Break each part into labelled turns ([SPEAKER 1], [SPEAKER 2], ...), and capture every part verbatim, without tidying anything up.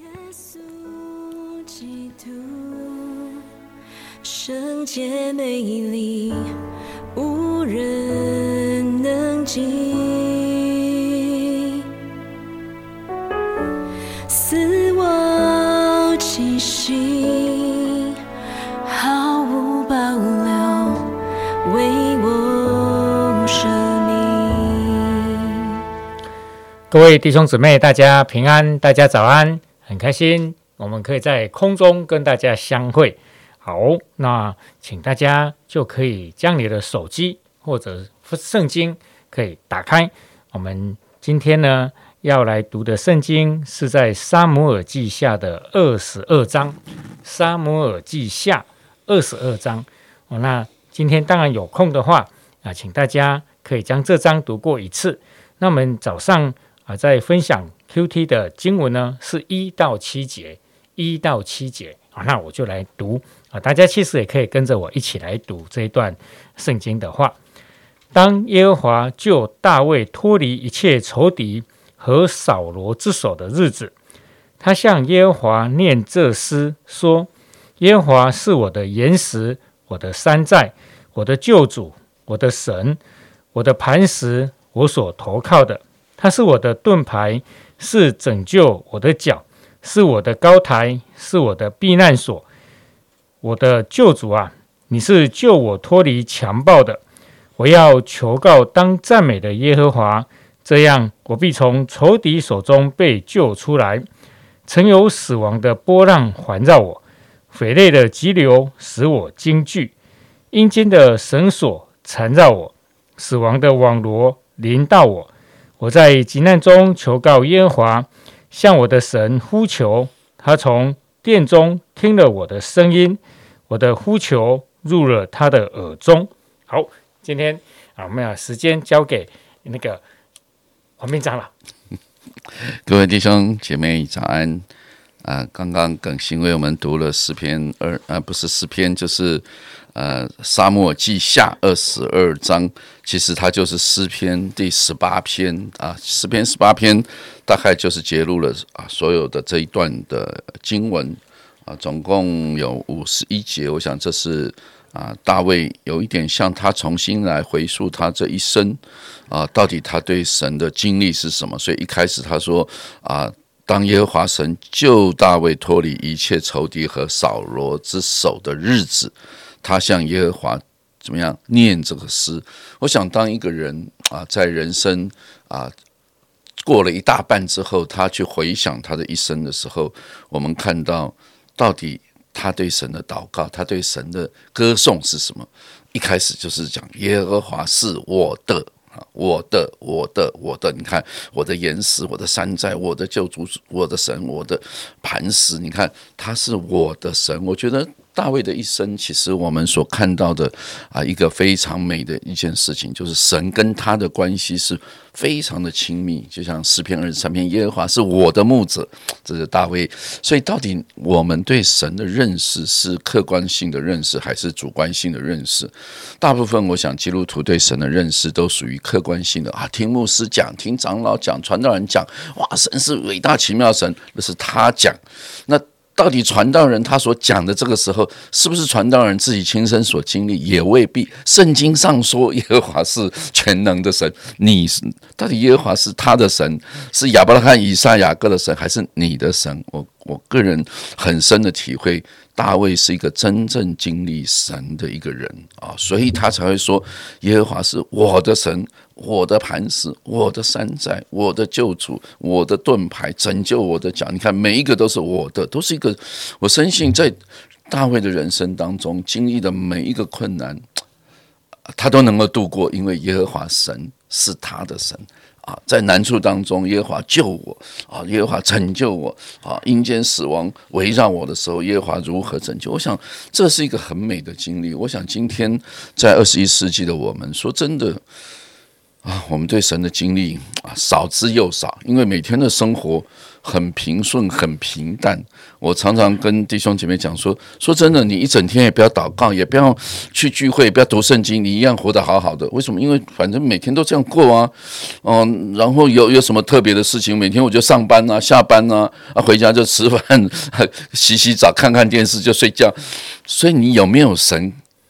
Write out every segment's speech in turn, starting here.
[SPEAKER 1] 基督圣洁美丽，无人能及，死亡气息毫无保留为我舍命。
[SPEAKER 2] 各位弟兄姊妹，大家平安，大家早安，很开心我们可以在空中跟大家相会。好，那请大家就可以将你的手机或者圣经可以打开。我们今天呢要来读的圣经是在撒母耳记下的二十二章。撒母耳记下二十二章、哦、那今天当然有空的话啊，请大家可以将这章读过一次。那我们早上啊在分享 Q T 的经文呢是一到七节，一到七节、哦、那我就来读啊，大家其实也可以跟着我一起来读这一段圣经的话。当耶和华救大卫脱离一切仇敌和扫罗之手的日子，他向耶和华念这诗说：耶和华是我的岩石，我的山寨，我的救主，我的神，我的磐石，我所投靠的。他是我的盾牌，是拯救我的脚，是我的高台，是我的避难所。我的救主啊，你是救我脱离强暴的。我要求告当赞美的耶和华，这样我必从仇敌手中被救出来。曾有死亡的波浪环绕我，匪类的急流使我惊惧，阴间的绳索缠绕我，死亡的网罗临到我。我在急难中求告耶和华，向我的神呼求，他从殿中听了我的声音，我的呼求入了他的耳中。好，今天啊，我们把时间交给那个黄斌长老。
[SPEAKER 3] 各位弟兄姐妹早安啊！刚刚耿新为我们读了诗篇二啊，不是诗篇，就是呃撒母耳记下二十二章。其实它就是诗篇第十八篇啊，诗篇十八篇大概就是揭露了啊所有的这一段的经文啊，总共有五十一节。我想这是啊大卫有一点像他重新来回溯他这一生啊，到底他对神的经历是什么？所以一开始他说啊，当耶和华神救大卫脱离一切仇敌和扫罗之手的日子，他向耶和华怎么样念这个诗？我想，当一个人啊，在人生啊过了一大半之后，他去回想他的一生的时候，我们看到到底他对神的祷告，他对神的歌颂是什么？一开始就是讲耶和华是我的。我的我的我的，你看我的岩石，我的山寨，我的救主，我的神，我的磐石，你看他是我的神。我觉得大卫的一生，其实我们所看到的啊，一个非常美的一件事情，就是神跟他的关系是非常的亲密。就像诗篇二十三篇，耶和华是我的牧者，这是大卫。所以到底我们对神的认识是客观性的认识，还是主观性的认识？大部分我想基督徒对神的认识都属于客观性的啊，听牧师讲，听长老讲，传道人讲，哇，神是伟大奇妙神，那是他讲。那到底传道人他所讲的这个时候，是不是传道人自己亲身所经历？也未必。圣经上说耶和华是全能的神，你到底耶和华是他的神，是亚伯拉罕、以撒、雅各的神，还是你的神？我我个人很深的体会，大卫是一个真正经历神的一个人啊，所以他才会说耶和华是我的神，我的磐石，我的山寨，我的救主，我的盾牌，拯救我的脚。你看每一个都是我的，都是一个。我深信在大卫的人生当中经历的每一个困难，他都能够度过，因为耶和华神是他的神啊，在难处当中，耶和华救我啊，耶和华拯救我啊，阴间死亡围绕我的时候，耶和华如何拯救？我想这是一个很美的经历。我想今天在二十一世纪的我们，说真的啊，我们对神的经历啊少之又少，因为每天的生活很平顺，很平淡。我常常跟弟兄姐妹讲说，说真的，你一整天也不要祷告，也不要去聚会，也不要读圣经，你一样活得好好的。为什么？因为反正每天都这样过啊，嗯，然后有有什么特别的事情，每天我就上班啊，下班啊，啊回家就吃饭，洗洗澡，看看电视就睡觉。所以你有没有神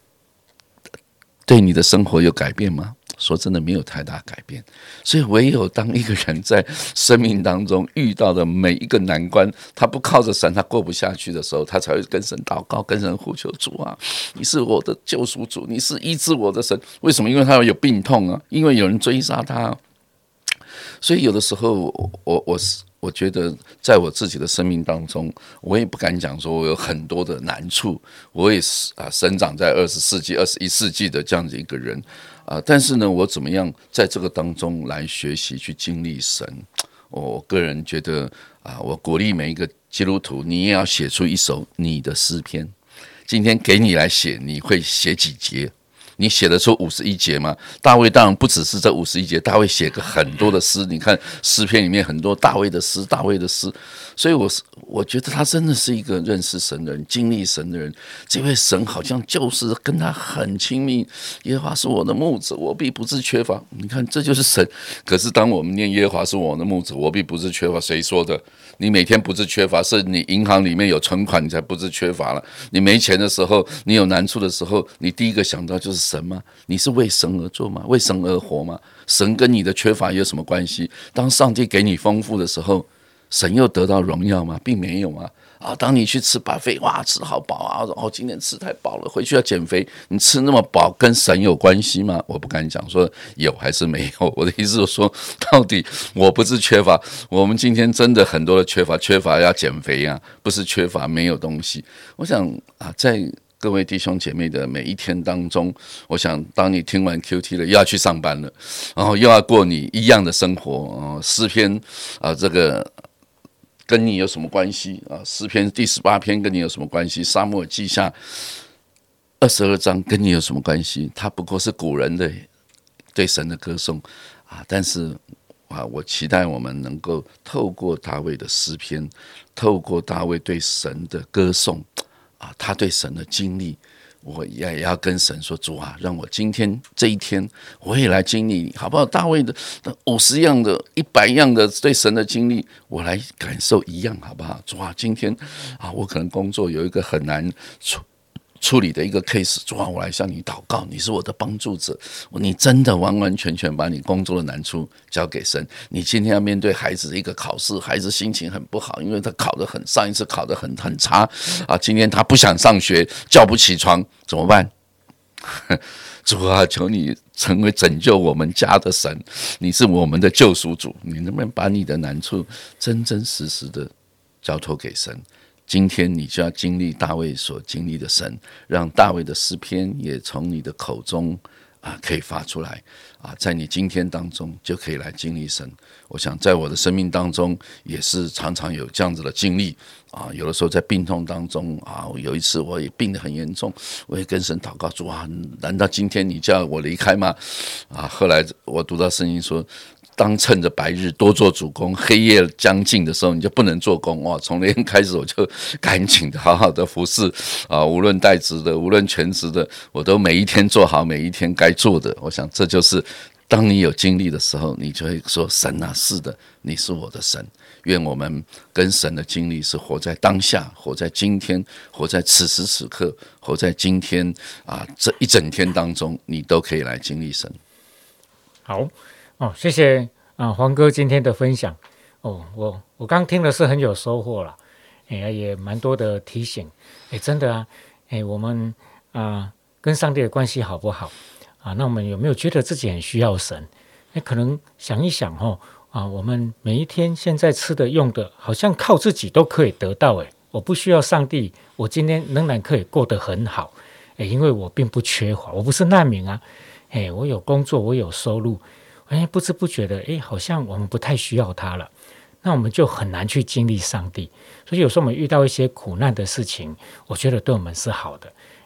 [SPEAKER 3] 对你的生活有改变吗？说真的，没有太大改变。所以唯有当一个人在生命当中遇到的每一个难关，他不靠着神，他过不下去的时候，他才会跟神祷告，跟神呼求，主啊，你是我的救赎主，你是医治我的神。为什么？因为他有病痛啊，因为有人追杀他。所以有的时候我我我我觉得在我自己的生命当中，我也不敢讲说我有很多的难处，我也是啊，生长在二十世纪、二十一世纪的这样子一个人啊，但是呢，我怎么样在这个当中来学习去经历神？我个人觉得啊，我鼓励每一个基督徒，你也要写出一首你的诗篇。今天给你来写，你会写几节？你写得出五十一节吗？大卫当然不只是这五十一节，大卫写个很多的诗。你看诗篇里面很多大卫的诗，大卫的诗。所以我我觉得他真的是一个认识神的人，经历神的人。这位神好像就是跟他很亲密。耶和华是我的牧者，我必不致缺乏。你看，这就是神。可是当我们念耶和华是我的牧者，我必不致缺乏，谁说的？你每天不致缺乏，是你银行里面有存款，你才不致缺乏了。你没钱的时候，你有难处的时候，你第一个想到就是神吗？你是为神而做吗？为神而活吗？神跟你的缺乏有什么关系？当上帝给你丰富的时候，神又得到荣耀吗？并没有啊！啊，当你去吃buffet，哇，吃好饱啊！哦，今天吃太饱了，回去要减肥。你吃那么饱，跟神有关系吗？我不敢讲说有还是没有。我的意思是说，到底我不是缺乏，我们今天真的很多的缺乏，缺乏要减肥啊，不是缺乏没有东西。我想啊，在各位弟兄姐妹的每一天当中，我想当你听完 Q T 了，又要去上班了，然后又要过你一样的生活。呃、诗篇啊，这个跟你有什么关系啊？诗篇第十八篇跟你有什么关系？撒母耳记下二十二章跟你有什么关系？它不过是古人的对神的歌颂啊！但是啊，我期待我们能够透过大卫的诗篇，透过大卫对神的歌颂啊，他对神的经历，我也要跟神说，主啊，让我今天这一天我也来经历你，好不好？大卫的五十样的一百样的对神的经历，我来感受一样，好不好？主啊，今天啊，我可能工作有一个很难处处理的一个 case， 主啊，我来向你祷告，你是我的帮助者，你真的完完全全把你工作的难处交给神。你今天要面对孩子的一个考试，孩子心情很不好，因为他考得很上一次考得很很差啊，今天他不想上学，叫不起床，怎么办？主啊，求你成为拯救我们家的神，你是我们的救赎主，你能不能把你的难处真真实实的交托给神？今天你就要经历大卫所经历的神，让大卫的诗篇也从你的口中啊可以发出来啊，在你今天当中就可以来经历神。我想在我的生命当中也是常常有这样子的经历啊，有的时候在病痛当中啊，有一次我也病得很严重，我也跟神祷告说啊，难道今天你叫我离开吗？啊，后来我读到圣经说，当趁着白日多做主工，黑夜将近的时候，你就不能做工。哇！从那天开始，我就赶紧的好好的服侍啊，无论代职的，无论全职的，我都每一天做好每一天该做的。我想这就是当你有经历的时候，你就会说：神啊，是的，你是我的神。愿我们跟神的经历是活在当下，活在今天，活在此时此刻，活在今天啊，这一整天当中，你都可以来经历神。
[SPEAKER 2] 好。哦，谢谢啊，黄哥今天的分享哦，我我刚听的是很有收获了，哎，也蛮多的提醒，哎，真的啊，哎，我们啊跟上帝的关系好不好啊？那我们有没有觉得自己很需要神？哎，可能想一想哦，啊，我们每一天现在吃的用的，好像靠自己都可以得到，哎，我不需要上帝，我今天仍然可以过得很好，哎，因为我并不缺乏，我不是难民啊，哎，我有工作，我有收入。哎，不知不觉的，哎，好像我们不太需要他了，那我们就很难去经历上帝。所以有时候我们遇到一些苦难的事情，我觉得对我们是好的。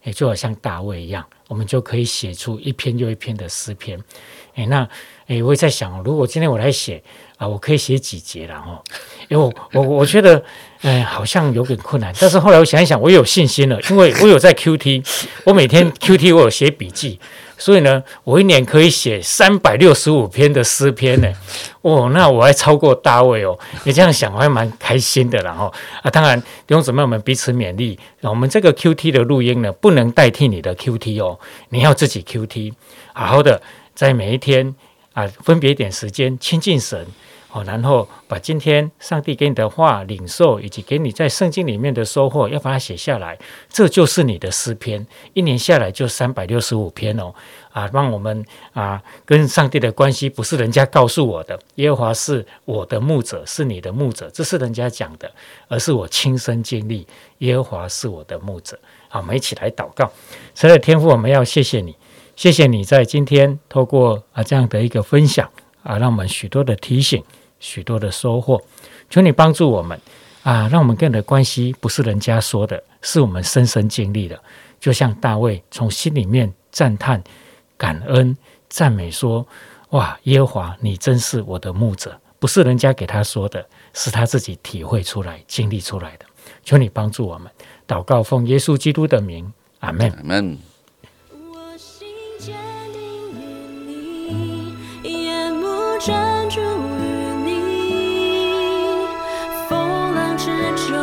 [SPEAKER 2] 也就好像大卫一样，我们就可以写出一篇又一篇的诗篇。哎，那哎，我也在想，如果今天我来写啊，我可以写几节了哦？因为我我我觉得，哎，好像有点困难。但是后来我想一想，我有信心了，因为我有在 Q T， 我每天 Q T 我有写笔记，所以呢，我一年可以写三百六十五篇的诗篇呢。哦，那我还超过大卫哦！你这样想，我还蛮开心的啦哈。啊，当然弟兄姊妹，我们彼此勉励。我们这个 Q T 的录音呢，不能代替你的 Q T 哦，你要自己 Q T， 好好的在每一天啊，分别一点时间亲近神。哦，然后把今天上帝给你的话领受，以及给你在圣经里面的收获，要把它写下来，这就是你的诗篇。一年下来就三百六十五篇哦，啊，让我们啊跟上帝的关系不是人家告诉我的，耶和华是我的牧者，是你的牧者，这是人家讲的，而是我亲身经历，耶和华是我的牧者。好，我们一起来祷告。神的天父，我们要谢谢你，谢谢你在今天透过啊这样的一个分享啊，让我们许多的提醒。许多的收获，求你帮助我们啊，让我们跟人的关系不是人家说的，是我们深深经历的。就像大卫从心里面赞叹、感恩、赞美说：“哇，耶和华，你真是我的牧者。”不是人家给他说的，是他自己体会出来、经历出来的。求你帮助我们，祷告奉耶稣基督的名，阿们。
[SPEAKER 3] 阿们。
[SPEAKER 1] 我心坚定于你，眼目专注于你，风浪之中